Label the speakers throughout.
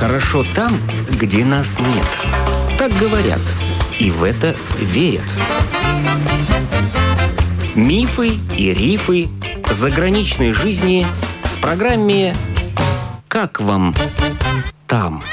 Speaker 1: Хорошо там, где нас нет. Так говорят, и в это верят. Мифы и рифы заграничной жизни в программе «Как вам там?».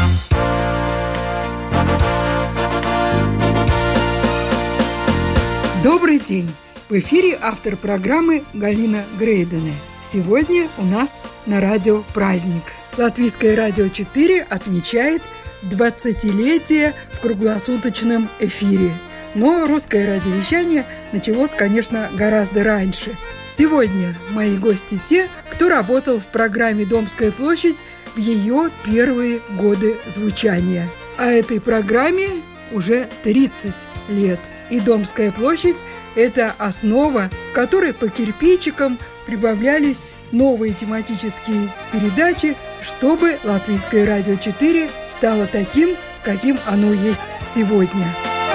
Speaker 2: Добрый день! В эфире автор программы Галина Грейдене. Сегодня у нас на радио праздник. Латвийское радио 4 отмечает 20-летие в круглосуточном эфире. Но русское радиовещание началось, конечно, гораздо раньше. Сегодня мои гости те, кто работал в программе «Домская площадь» в ее первые годы звучания. А этой программе уже 30 лет. И «Домская площадь» – это основа, в которой по кирпичикам прибавлялись новые тематические передачи, чтобы Латвийское радио 4 стало таким, каким оно есть сегодня.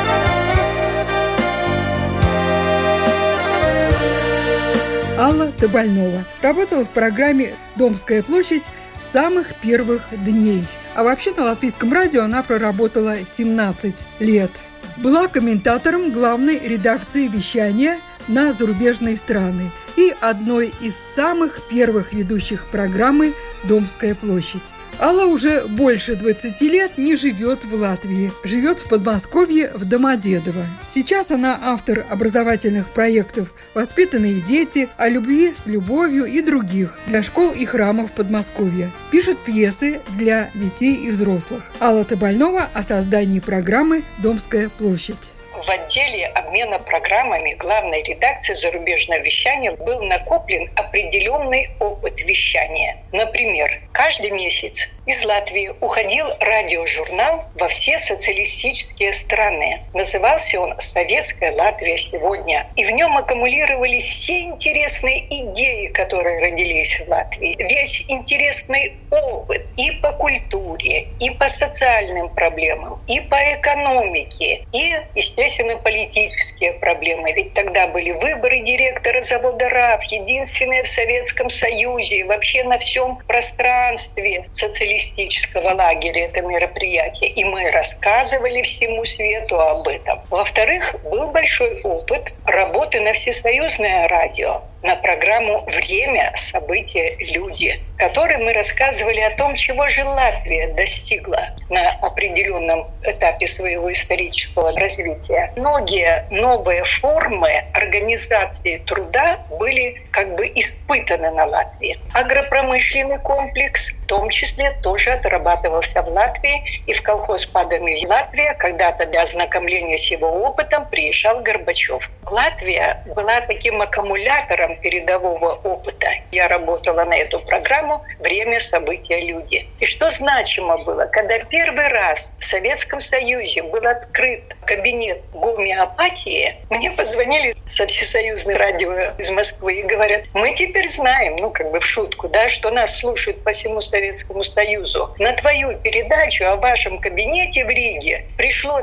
Speaker 2: Алла Табальнова работала в программе «Домская площадь» с самых первых дней. А вообще на Латвийском радио она проработала 17 лет. Была комментатором главной редакции вещания на зарубежные страны и одной из самых первых ведущих программы «Домская площадь». Алла уже больше 20 лет не живет в Латвии, живет в Подмосковье, в Домодедово. Сейчас она автор образовательных проектов «Воспитанные дети», «О любви с любовью» и других для школ и храмов Подмосковья. Пишет пьесы для детей и взрослых. Алла Табальнова о создании программы «Домская площадь».
Speaker 3: В отделе обмена программами главной редакции зарубежного вещания был накоплен определенный опыт вещания. Например, каждый месяц из Латвии уходил радиожурнал во все социалистические страны. Назывался он «Советская Латвия сегодня». И в нем аккумулировались все интересные идеи, которые родились в Латвии. Весь интересный опыт и по культуре, и по социальным проблемам, и по экономике, и, естественно, политические проблемы. Ведь тогда были выборы директора завода РАФ, единственное в Советском Союзе, и вообще на всем пространстве социалистического лагеря это мероприятие. И мы рассказывали всему свету об этом. Во-вторых, был большой опыт работы на всесоюзное радио, на программу «Время, события, люди», в которой мы рассказывали о том, чего же Латвия достигла на определенном этапе своего исторического развития. Многие новые формы организации труда были как бы испытаны на Латвии. Агропромышленный комплекс в том числе тоже отрабатывался в Латвии, и в колхоз «Падами Латвия» когда-то для ознакомления с его опытом приезжал Горбачев. Латвия была таким аккумулятором передового опыта. Я работала на эту программу «Время, события, люди». И что значимо было, когда первый раз в Советском Союзе был открыт кабинет гомеопатии, мне позвонили со всесоюзного радио из Москвы и говорят: мы теперь знаем, в шутку, что нас слушают по всему Советскому Союзу. На твою передачу о вашем кабинете в Риге пришло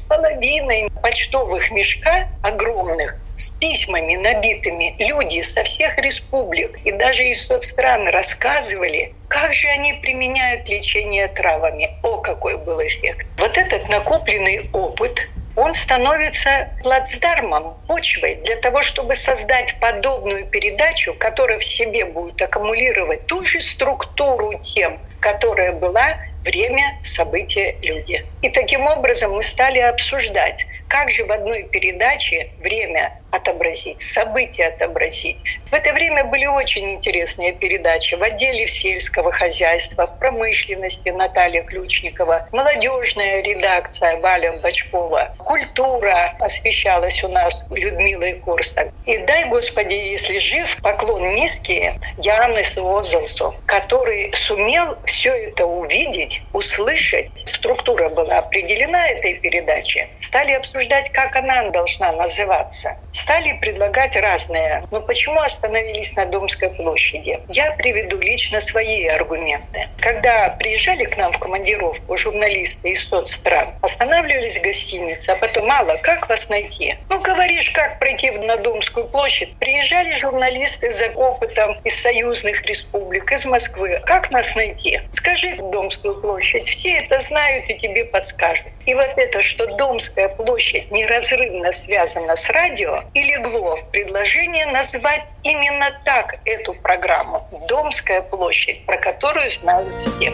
Speaker 3: 3,5 почтовых мешка огромных с письмами набитыми. Люди со всех республик и даже из соцстран рассказывали, как же они применяют лечение травами. О, какой был эффект! Вот этот накопленный опыт, он становится плацдармом, почвой для того, чтобы создать подобную передачу, которая в себе будет аккумулировать ту же структуру тем, которая была «Время, события, люди». И таким образом мы стали обсуждать, как же в одной передаче время отобразить, события отобразить. В это время были очень интересные передачи в отделе сельского хозяйства, в промышленности Наталья Ключникова, молодежная редакция Валя Бочкова, культура освещалась у нас Людмилой Корстак. И дай, Господи, если жив, поклон низкий Янесу Озелсу, который сумел все это увидеть, услышать. Структура была определена этой передачи. Стали обсуждать, как она должна называться. стали предлагать разное. Но почему остановились на Домской площади? Я приведу лично свои аргументы. Когда приезжали к нам в командировку журналисты из соцстран, останавливались в гостинице, а потом: мало, как вас найти? Говоришь, как пройти на Домскую площадь? Приезжали журналисты за опытом из союзных республик, из Москвы. Как нас найти? Скажи Домскую площадь, все это знают и тебе подскажут. И вот это, что Домская площадь неразрывно связана с радио, и легло в предложение назвать именно так эту программу «Домская площадь», про которую знают все.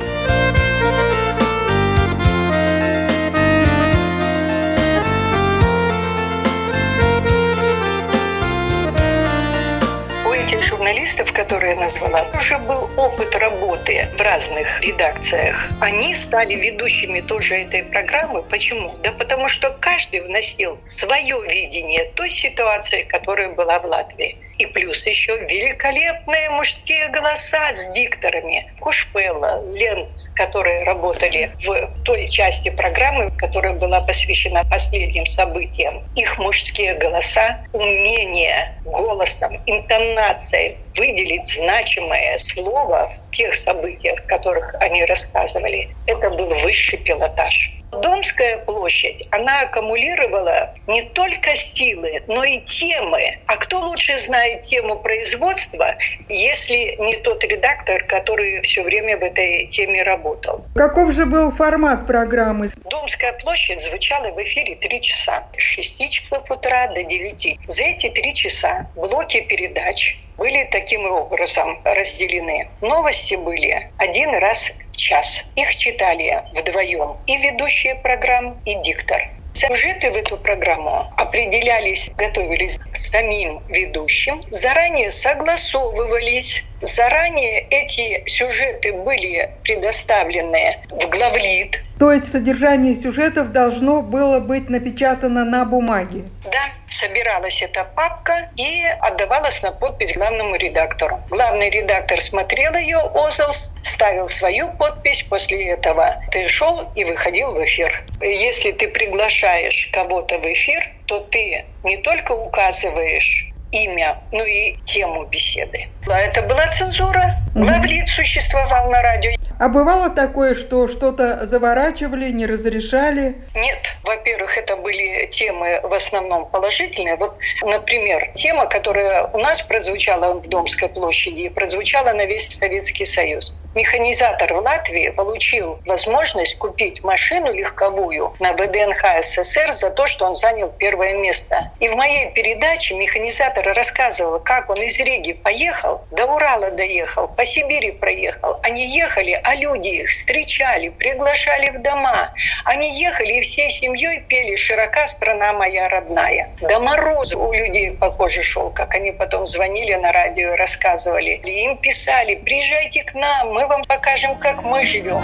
Speaker 3: Журналистов, которые я назвала, уже был опыт работы в разных редакциях. Они стали ведущими тоже этой программы. Почему? Да потому что каждый вносил свое видение той ситуации, которая была в Латвии. И плюс еще великолепные мужские голоса с дикторами. Кушпела, Ленц, которые работали в той части программы, которая была посвящена последним событиям. Их мужские голоса, умение голосом, интонацией выделить значимое слово в тех событиях, о которых они рассказывали, это был высший пилотаж. Домская площадь, она аккумулировала не только силы, но и темы. А кто лучше знает тему производства, если не тот редактор, который все время в этой теме работал?
Speaker 2: Каков же был формат программы?
Speaker 3: Домская площадь звучала в эфире 3 часа. С 6 часов утра до 9. За эти 3 часа блоки передач были таким образом разделены. Новости были 1 раз в час. Их читали вдвоем и ведущие программ, и диктор. Сюжеты в эту программу определялись, готовились самим ведущим, заранее согласовывались, заранее эти сюжеты были предоставлены в главлит.
Speaker 2: То есть содержание сюжетов должно было быть напечатано на бумаге?
Speaker 3: Да, собиралась эта папка и отдавалась на подпись главному редактору. Главный редактор смотрел ее, Озелс, ставил свою подпись, после этого ты шел и выходил в эфир. Если ты приглашаешь кого-то в эфир, то ты не только указываешь имя, но и тему беседы. Это была цензура. Главлит существовал на радио.
Speaker 2: А бывало такое, что что-то заворачивали, не разрешали?
Speaker 3: Нет. Во-первых, это были темы в основном положительные. Вот, например, тема, которая у нас прозвучала в Домской площади и прозвучала на весь Советский Союз. Механизатор в Латвии получил возможность купить машину легковую на ВДНХ СССР за то, что он занял первое место. И в моей передаче механизатор рассказывал, как он из Риги поехал, до Урала доехал, по Сибири проехал. Они ехали, а люди их встречали, приглашали в дома. Они ехали и всей семьей пели «Широка страна моя родная». До мороза у людей по коже шел, как они потом звонили на радио и рассказывали. Им писали: приезжайте к нам, мы вам покажем, как мы живем.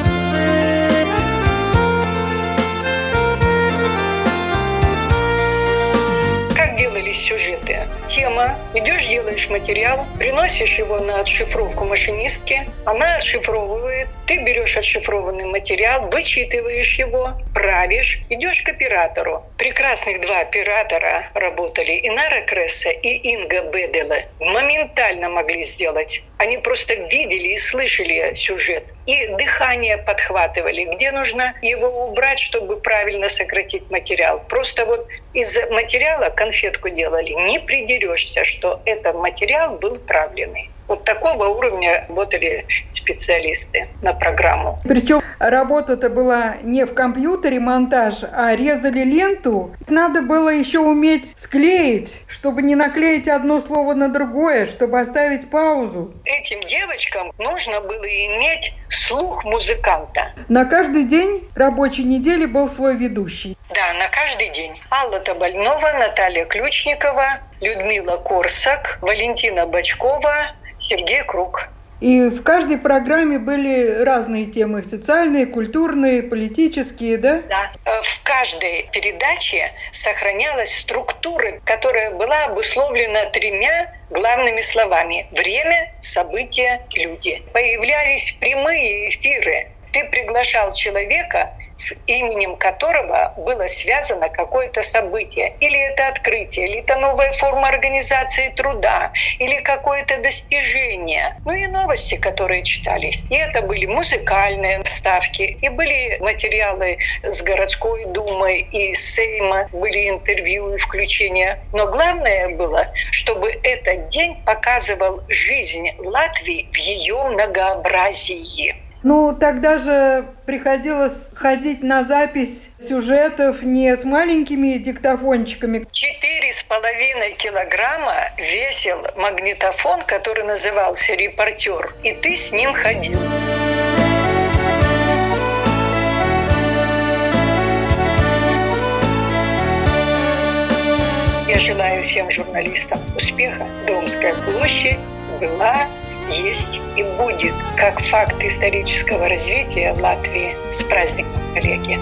Speaker 3: Как делались сюжеты? Тема. Идешь, делаешь материал, приносишь его на отшифровку машинистке, она отшифровывает, ты берешь отшифрованный материал, вычитываешь его, правишь, идешь к оператору. Прекрасных 2 оператора работали, Инара Кресса и Инга Беделе. Моментально могли сделать. Они просто видели и слышали сюжет. И дыхание подхватывали, где нужно его убрать, чтобы правильно сократить материал. Просто вот из материала конфетку делали. Не придерешься, что этот материал был правильный. Вот такого уровня работали специалисты на программу.
Speaker 2: Причем работа-то была не в компьютере монтаж, а резали ленту. Надо было еще уметь склеить, чтобы не наклеить одно слово на другое, чтобы оставить паузу.
Speaker 3: Этим девочкам нужно было иметь слух музыканта.
Speaker 2: На каждый день рабочей недели был свой ведущий.
Speaker 3: Да, на каждый день. Алла Табальнова, Наталья Ключникова, Людмила Корсак, Валентина Бочкова, Сергей Круг.
Speaker 2: И в каждой программе были разные темы: социальные, культурные, политические, да?
Speaker 3: Да. В каждой передаче сохранялась структура, которая была обусловлена 3 главными словами: время, события, люди. Появлялись прямые эфиры. Ты приглашал человека, с именем которого было связано какое-то событие. Или это открытие, или это новая форма организации труда, или какое-то достижение. Ну и новости, которые читались. И это были музыкальные вставки, и были материалы с городской думой и с Сейма, были интервью и включения. Но главное было, чтобы этот день показывал жизнь Латвии в ее многообразии.
Speaker 2: Ну, тогда же приходилось ходить на запись сюжетов не с маленькими диктофончиками.
Speaker 3: 4,5 килограмма весил магнитофон, который назывался «Репортер», и ты с ним ходил. Я желаю всем журналистам успеха. Домская площадь была, есть и будет как факт исторического развития Латвии. С праздником, коллеги!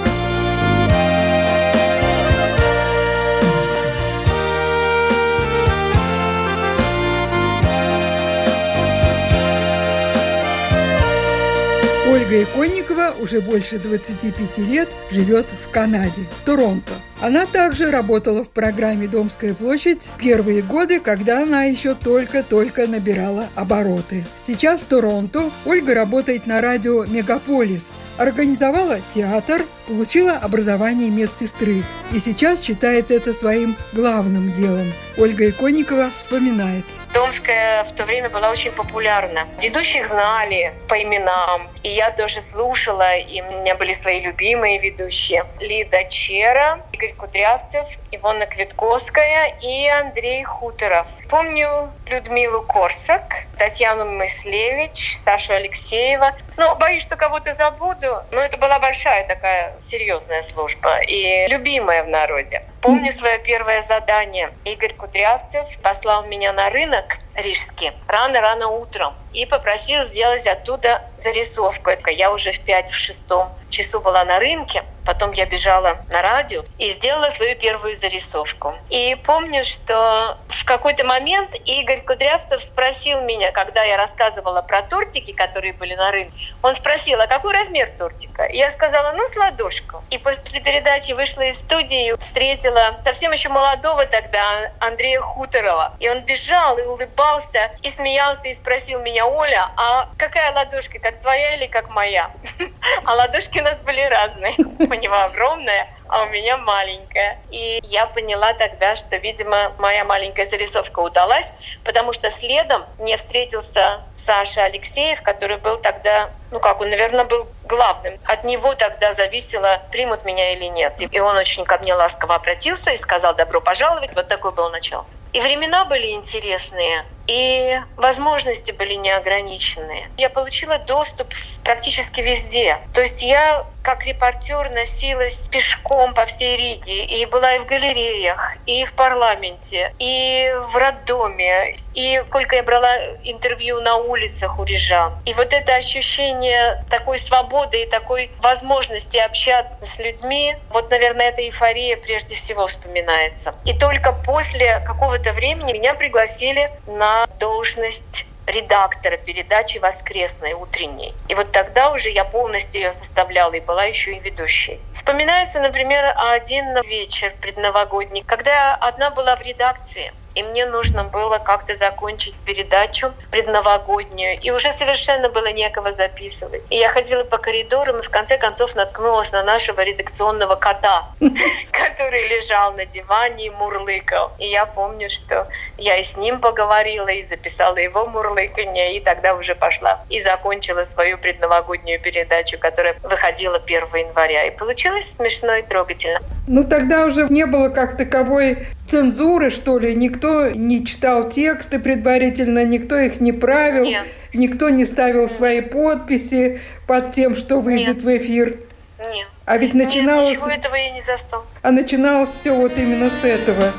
Speaker 2: Ольга Иконникова уже больше 25 лет живет в Канаде, в Торонто. Она также работала в программе «Домская площадь» в первые годы, когда она еще только-только набирала обороты. Сейчас в Торонто Ольга работает на радио «Мегаполис», организовала театр, получила образование медсестры и сейчас считает это своим главным делом. Ольга Иконникова вспоминает.
Speaker 4: Домская в то время была очень популярна. Ведущих знали по именам, и я тоже слушала, и у меня были свои любимые ведущие. Лида Чера, Игорь Кудрявцев, Ивона Квитковская и Андрей Хуторов. Помню Людмилу Корсак, Татьяну Мыслевич, Сашу Алексеева. Боюсь, что кого-то забуду, но это была большая такая серьезная служба и любимая в народе. Помню свое первое задание. Игорь Кудрявцев послал меня на рынок рижский рано-рано утром и попросил сделать оттуда зарисовку. Я уже в 5-6 часу была на рынке, потом я бежала на радио и сделала свою первую зарисовку. И помню, что в какой-то момент Игорь Кудрявцев спросил меня, когда я рассказывала про тортики, которые были на рынке, он спросил, а какой размер тортика? И я сказала, с ладошку. И после передачи вышла из студии, встретила совсем еще молодого тогда Андрея Хуторова. И он бежал и улыбался, и смеялся, и спросил меня, Оля, а какая ладошка, как твоя или как моя? А ладошки у нас были разные. У него огромная, а у меня маленькая. И я поняла тогда, что, видимо, моя маленькая зарисовка удалась, потому что следом мне встретился Саша Алексеев, который был тогда, он, наверное, был главным. От него тогда зависело, примут меня или нет. И он очень ко мне ласково обратился и сказал, добро пожаловать. Вот такое было начало. И времена были интересные, и возможности были неограниченные. Я получила доступ практически везде. То есть я, как репортер, носилась пешком по всей Риге, и была и в галереях, и в парламенте, и в роддоме, и сколько я брала интервью на улицах у рижан. И вот это ощущение такой свободы и такой возможности общаться с людьми, наверное, эта эйфория прежде всего вспоминается. И только после какого-то времени меня пригласили на должность редактора передачи воскресной, утренней. И тогда уже я полностью ее составляла и была еще и ведущей. Вспоминается, например, один вечер предновогодний, когда я одна была в редакции, и мне нужно было как-то закончить передачу предновогоднюю, и уже совершенно было некого записывать. И я ходила по коридорам, и в конце концов наткнулась на нашего редакционного кота, который лежал на диване и мурлыкал. И я помню, что я и с ним поговорила, и записала его мурлыканье, и тогда уже пошла и закончила свою предновогоднюю передачу, которая выходила 1 января. И получилось смешно и трогательно.
Speaker 2: Тогда уже не было как таковой цензуры, что ли? Никто не читал тексты предварительно, никто их не правил,
Speaker 4: Нет.
Speaker 2: Никто не ставил свои подписи под тем, что выйдет в эфир.
Speaker 4: Нет.
Speaker 2: А ведь начиналось...
Speaker 4: Нет, ничего этого я не застал.
Speaker 2: А начиналось все именно с этого.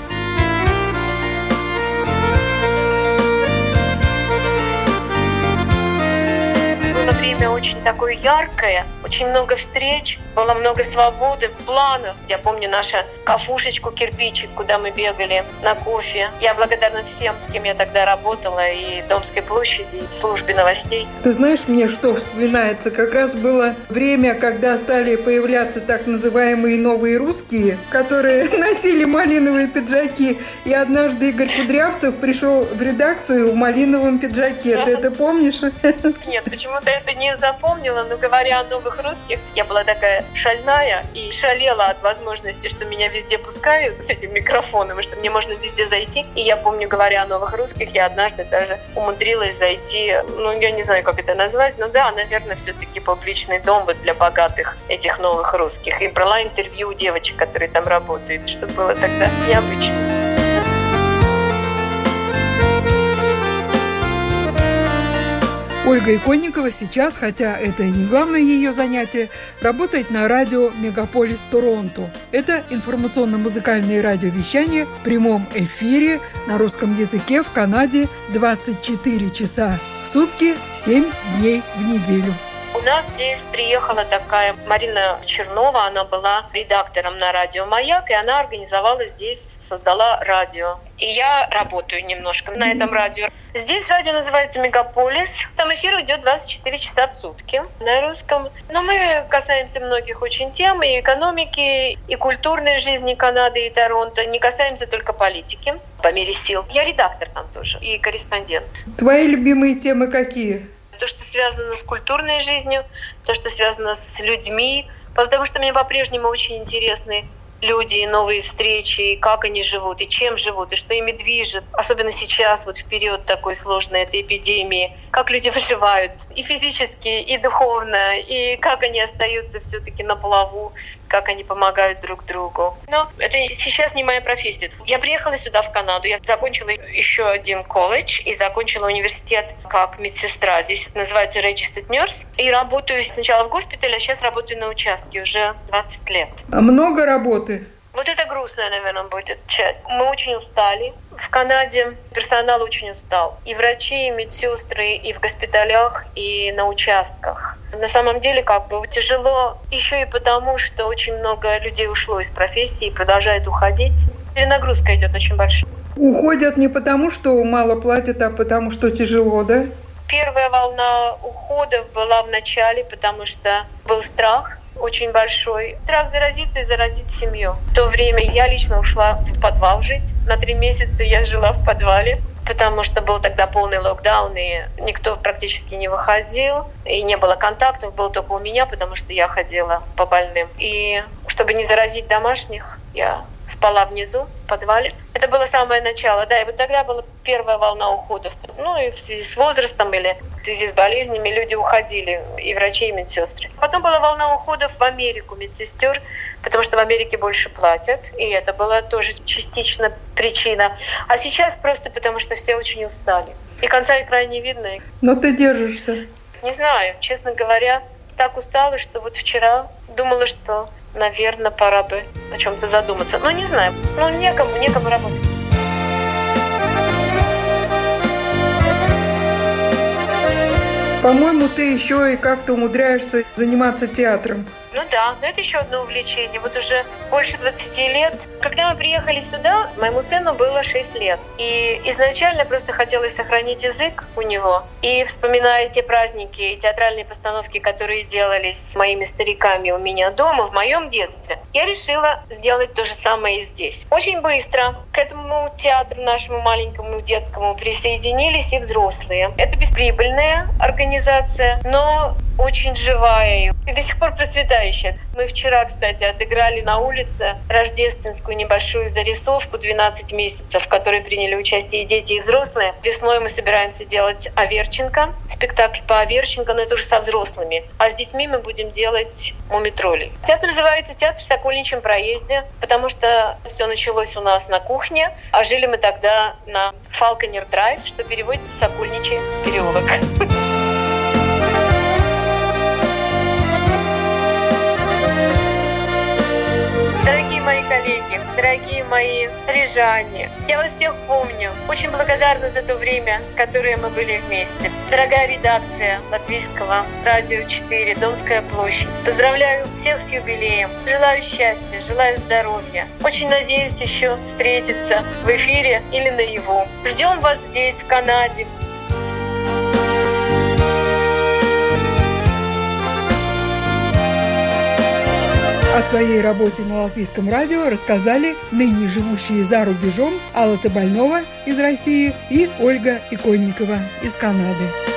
Speaker 4: Было время очень такое яркое, очень много встреч, было много свободы, планов. Я помню нашу кафушечку «Кирпичик», куда мы бегали на кофе. Я благодарна всем, с кем я тогда работала, и Домской площади, и службе новостей.
Speaker 2: Ты знаешь, мне что вспоминается? Как раз было время, когда стали появляться так называемые новые русские, которые носили малиновые пиджаки. И однажды Игорь Кудрявцев пришел в редакцию в малиновом пиджаке. Ты это помнишь?
Speaker 4: Нет, почему-то это не запомнила, но говоря о новых русских, я была такая шальная и шалела от возможности, что меня везде пускают с этим микрофоном, и что мне можно везде зайти. И я помню, говоря о новых русских, я однажды даже умудрилась зайти, я не знаю, как это назвать, наверное, все-таки публичный дом вот для богатых этих новых русских. И брала интервью у девочек, которые там работают, что было тогда необычно.
Speaker 2: Ольга Иконникова сейчас, хотя это и не главное ее занятие, работает на радио «Мегаполис Торонто». Это информационно-музыкальное радиовещание в прямом эфире на русском языке в Канаде 24 часа в сутки, 7 дней в неделю.
Speaker 4: У нас здесь приехала такая Марина Чернова, она была редактором на радио «Маяк», и она организовала здесь, создала радио. И я работаю немножко на этом радио. Здесь радио называется «Мегаполис». Там эфир идет 24 часа в сутки на русском. Но мы касаемся многих очень тем, и экономики, и культурной жизни Канады и Торонто. Не касаемся только политики по мере сил. Я редактор там тоже и корреспондент.
Speaker 2: Твои любимые темы какие?
Speaker 4: То, что связано с культурной жизнью, то, что связано с людьми, потому что мне по-прежнему очень интересны люди, новые встречи, и как они живут, и чем живут, и что ими движет. Особенно сейчас, вот в период такой сложной этой эпидемии, как люди выживают и физически, и духовно, и как они остаются все-таки на плаву, как они помогают друг другу. Но это сейчас не моя профессия. Я приехала сюда, в Канаду. Я закончила еще один колледж и закончила университет как медсестра. Здесь это называется Registered Nurse. И работаю сначала в госпитале, а сейчас работаю на участке уже 20 лет.
Speaker 2: А много работы?
Speaker 4: Вот это грустная, наверное, будет часть. Мы очень устали. В Канаде персонал очень устал. И врачи, и медсестры, и в госпиталях, и на участках. На самом деле, тяжело еще и потому, что очень много людей ушло из профессии и продолжает уходить. Перенагрузка идет очень большая.
Speaker 2: Уходят не потому, что мало платят, а потому, что тяжело, да?
Speaker 4: Первая волна уходов была в начале, потому что был страх очень большой. Страх заразиться и заразить семью. В то время я лично ушла в подвал жить. На 3 месяца я жила в подвале, потому что был тогда полный локдаун, и никто практически не выходил, и не было контактов, был только у меня, потому что я ходила по больным. И чтобы не заразить домашних, я спала внизу, в подвале. Это было самое начало, да, и вот тогда была первая волна уходов. И в связи с возрастом или в связи с болезнями люди уходили, и врачи, и медсестры. Потом была волна уходов в Америку медсестер, потому что в Америке больше платят, и это была тоже частично причина. А сейчас просто потому, что все очень устали. И конца и края не видно.
Speaker 2: Но ты держишься.
Speaker 4: Не знаю, честно говоря, так устала, что вот вчера думала, что, наверное, пора бы о чем-то задуматься. Но не знаю, некому работать.
Speaker 2: По-моему, ты еще и как-то умудряешься заниматься театром.
Speaker 4: Да, но это еще одно увлечение. Вот уже больше 20 лет. Когда мы приехали сюда, моему сыну было 6 лет. И изначально просто хотелось сохранить язык у него. И вспоминая те праздники и театральные постановки, которые делались моими стариками у меня дома, в моем детстве, я решила сделать то же самое и здесь. Очень быстро к этому театру нашему маленькому детскому присоединились и взрослые. Это бесприбыльная организация, но очень живая и до сих пор процветающая. Мы вчера, кстати, отыграли на улице рождественскую небольшую зарисовку 12 месяцев, в которой приняли участие и дети, и взрослые. Весной мы собираемся делать Аверченко, спектакль по Аверченко, но это уже со взрослыми. А с детьми мы будем делать Мумитролей. Театр называется «Театр в Сокольничьем проезде», потому что все началось у нас на кухне, а жили мы тогда на Фалконер Драйв, что переводится «Сокольничий переулок». Дорогие мои коллеги, коллеги, дорогие мои рижане, я вас всех помню. Очень благодарна за то время, которое мы были вместе. Дорогая редакция Латвийского радио 4, Домская площадь. Поздравляю всех с юбилеем. Желаю счастья, желаю здоровья. Очень надеюсь еще встретиться в эфире или наяву. Ждем вас здесь, в Канаде.
Speaker 2: О своей работе на Латвийском радио рассказали ныне живущие за рубежом Алла Табальнова из России и Ольга Иконникова из Канады.